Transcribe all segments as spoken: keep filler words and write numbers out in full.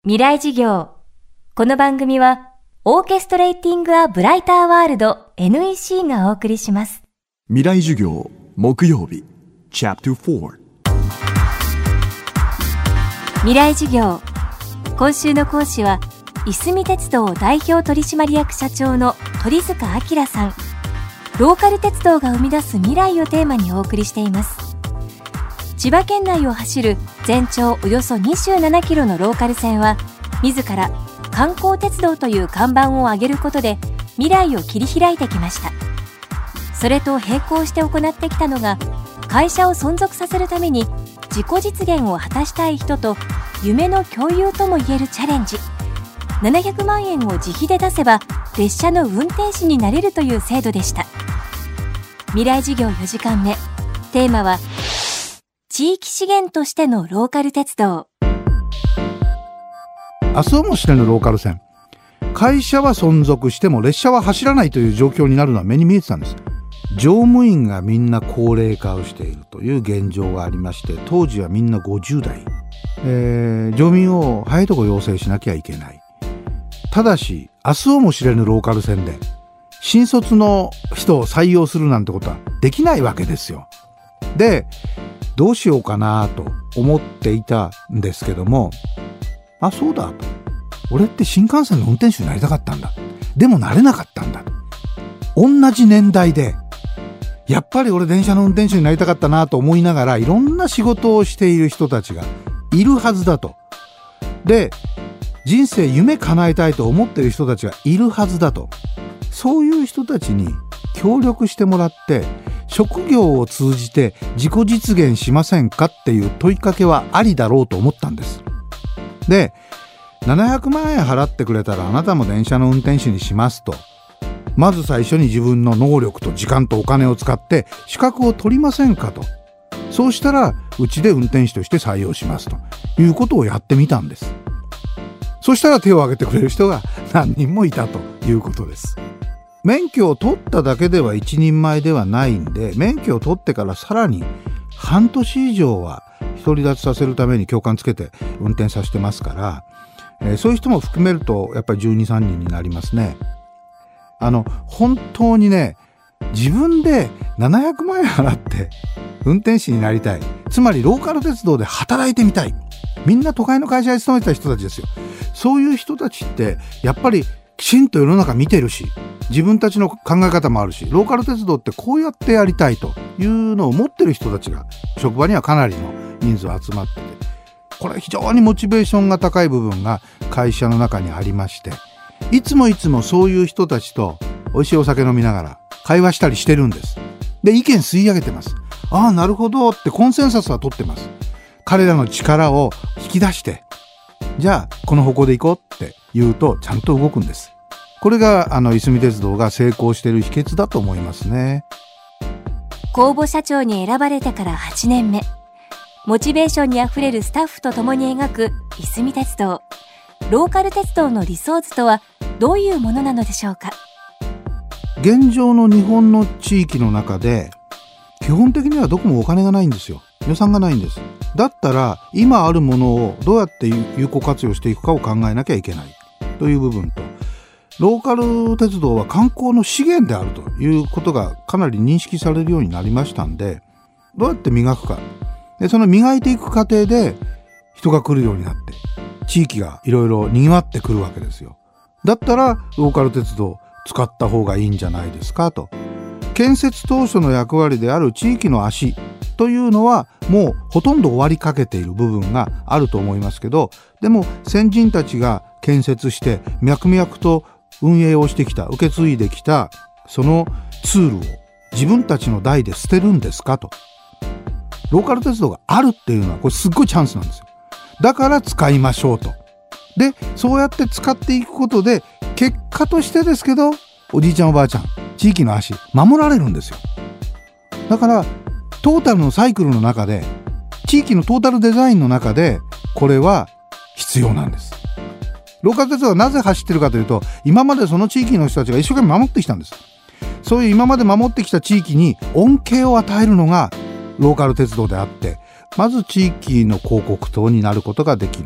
未来事業。この番組はオーケストレーティング・ア・ブライター・ワールド エヌイーシー がお送りします。 未来授業木曜日チャプターよん。 未来事業。今週の講師はいすみ鉄道代表取締役社長の鳥塚明さん。ローカル鉄道が生み出す未来をテーマにお送りしています。千葉県内を走る全長およそにじゅうななキロのローカル線は、自ら観光鉄道という看板を上げることで未来を切り開いてきました。それと並行して行ってきたのが、会社を存続させるために自己実現を果たしたい人と夢の共有ともいえるチャレンジ。ななひゃくまんえんを自費で出せば列車の運転士になれるという制度でした。未来事業よじかんめ、テーマは地域資源としてのローカル鉄道。 明日をも知れぬローカル線。会社は存続しても列車は走らないという状況になるのは目に見えてたんです。乗務員がみんな高齢化をしているという現状がありまして、当時はみんなごじゅう代、えー、乗務員を早いとこ養成しなきゃいけない。ただし明日をも知れぬローカル線で新卒の人を採用するなんてことはできないわけですよ。で、どうしようかなと思っていたんですけども、あ、そうだと。俺って新幹線の運転手になりたかったんだ。でもなれなかったんだ。同じ年代で、やっぱり俺電車の運転手になりたかったなと思いながら、いろんな仕事をしている人たちがいるはずだと。で、人生夢叶えたいと思っている人たちがいるはずだと。そういう人たちに協力してもらって、職業を通じて自己実現しませんかっていう問いかけはありだろうと思ったんです。で、ななひゃくまんえん払ってくれたらあなたも電車の運転手にしますと。まず最初に自分の能力と時間とお金を使って資格を取りませんかと。そうしたらうちで運転手として採用しますということをやってみたんです。そしたら手を挙げてくれる人が何人もいたということです。免許を取っただけでは一人前ではないんで、免許を取ってからさらに半年以上は独り立ちさせるために教官つけて運転させてますから、えー、そういう人も含めるとやっぱりじゅうに、さんにんになりますね。あの本当にね、自分でななひゃくまんえん払って運転士になりたい、つまりローカル鉄道で働いてみたい、みんな都会の会社に勤めてた人たちですよ。そういう人たちってやっぱりきちんと世の中見てるし、自分たちの考え方もあるし、ローカル鉄道ってこうやってやりたいというのを持ってる人たちが職場にはかなりの人数集まってて、これ非常にモチベーションが高い部分が会社の中にありまして、いつもいつもそういう人たちと美味しいお酒飲みながら会話したりしてるんです。で、意見吸い上げてます。ああ、なるほどってコンセンサスは取ってます。彼らの力を引き出して、じゃあこの方向で行こうって言うとちゃんと動くんです。これがあのいすみ鉄道が成功している秘訣だと思いますね。 公募社長に選ばれてからはちねんめ、モチベーションにあふれるスタッフと共に描くいすみ鉄道。ローカル鉄道の理想図とはどういうものなのでしょうか。 現状の日本の地域の中で基本的にはどこもお金がないんですよ。予算がないんです。だったら今あるものをどうやって有効活用していくかを考えなきゃいけないという部分と、ローカル鉄道は観光の資源であるということがかなり認識されるようになりましたんで、どうやって磨くか。で、その磨いていく過程で人が来るようになって、地域がいろいろ賑わってくるわけですよ。だったらローカル鉄道使った方がいいんじゃないですかと。建設当初の役割である地域の足というのはもうほとんど終わりかけている部分があると思いますけど、でも先人たちが建設して脈々と運営をしてきた、受け継いできたそのツールを自分たちの代で捨てるんですかと。ローカル鉄道があるっていうのはこれすっごいチャンスなんですよ。だから使いましょうと。で、そうやって使っていくことで結果としてですけど、おじいちゃんおばあちゃん、地域の足守られるんですよ。だからトータルのサイクルの中で、地域のトータルデザインの中でこれは必要なんです。ローカル鉄道はなぜ走ってるかというと、今までその地域の人たちが一生懸命守ってきたんです。そういう今まで守ってきた地域に恩恵を与えるのがローカル鉄道であって、まず地域の広告塔になることができる。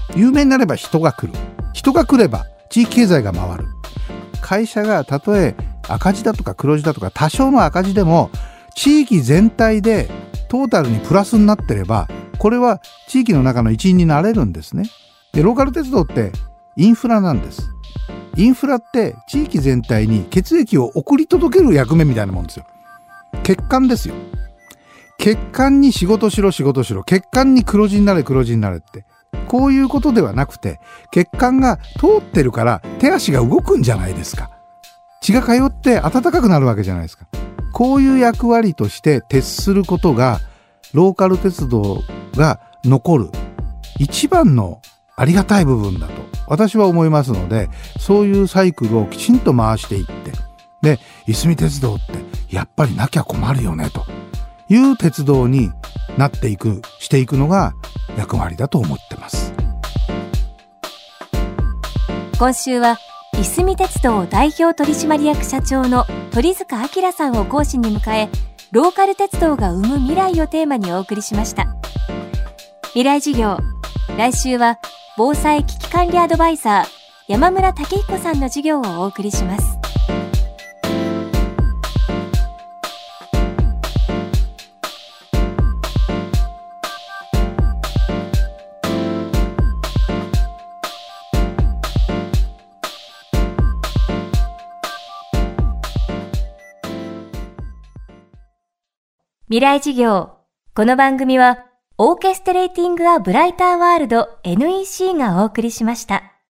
有名になれば人が来る。人が来れば地域経済が回る。会社がたとえ赤字だとか黒字だとか多少の赤字でも地域全体でトータルにプラスになってれば、これは地域の中の一員になれるんですね。で、ローカル鉄道ってインフラなんです。インフラって地域全体に血液を送り届ける役目みたいなもんですよ。血管ですよ。血管に仕事しろ仕事しろ、血管に黒字になれ黒字になれって、こういうことではなくて、血管が通ってるから手足が動くんじゃないですか。血が通って暖かくなるわけじゃないですか。こういう役割として徹することがローカル鉄道が残る一番のありがたい部分だと私は思いますので、そういうサイクルをきちんと回していって、で、いすみ鉄道ってやっぱりなきゃ困るよねという鉄道になっていく、していくのが役割だと思ってます。 今週はいすみ鉄道代表取締役社長の鳥塚明さんを講師に迎え、ローカル鉄道が生む未来をテーマにお送りしました。未来授業、来週は防災危機管理アドバイザー山村武彦さんの授業をお送りします。未来授業。この番組はオーケストレーティング・ア・ブライター・ワールド エヌイーシー がお送りしました。